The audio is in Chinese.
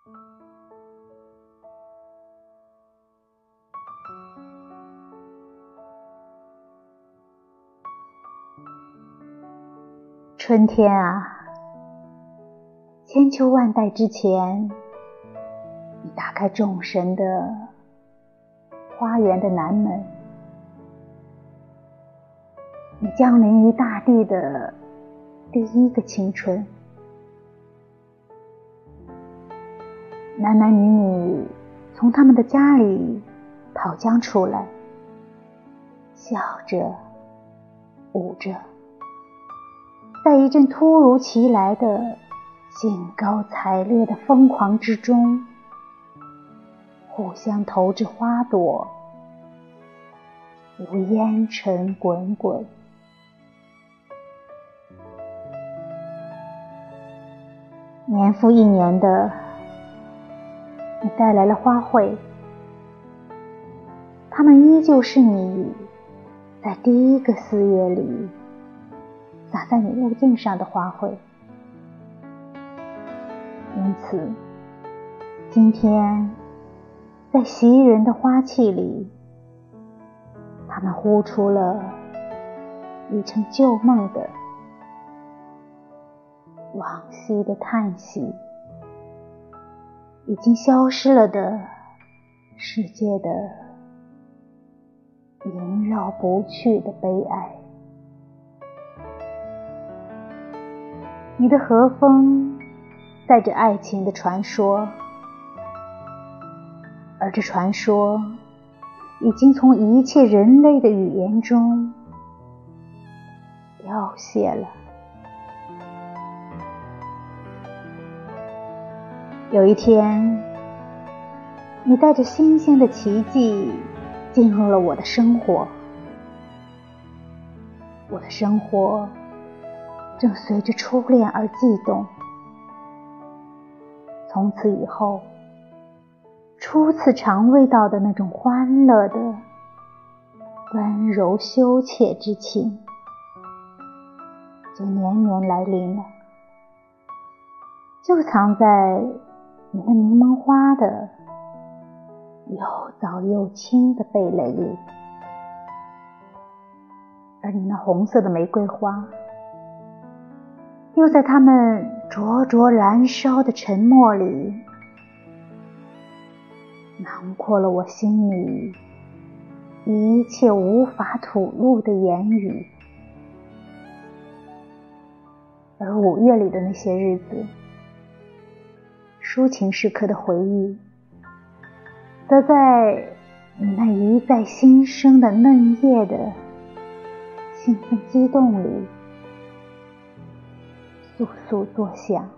春天啊，千秋万代之前，你打开众神的花园的南门，你降临于大地的第一个青春。男男女女从他们的家里跑将出来，笑着舞着，在一阵突如其来的兴高采烈的疯狂之中，互相投掷花朵，如烟尘滚滚。年复一年的，你带来了花卉，它们依旧是你在第一个4月里洒在你路径上的花卉。因此，今天在袭人的花气里，它们呼出了一程旧梦的往昔的叹息，已经消失了的世界的萦绕不去的悲哀。你的和风带着爱情的传说，而这传说已经从一切人类的语言中凋谢了。有一天，你带着新鲜的奇迹进入了我的生活，我的生活正随着初恋而悸动。从此以后，初次尝味到的那种欢乐的温柔羞怯之情，就年年来临了，就藏在你那柠檬花的又早又青的蓓蕾里，而你那红色的玫瑰花又在它们灼灼燃烧的沉默里囊括了我心里一切无法吐露的言语。而5月里的那些日子，抒情时刻的回忆，则在你那一再新生的嫩叶的兴奋激动里簌簌作响。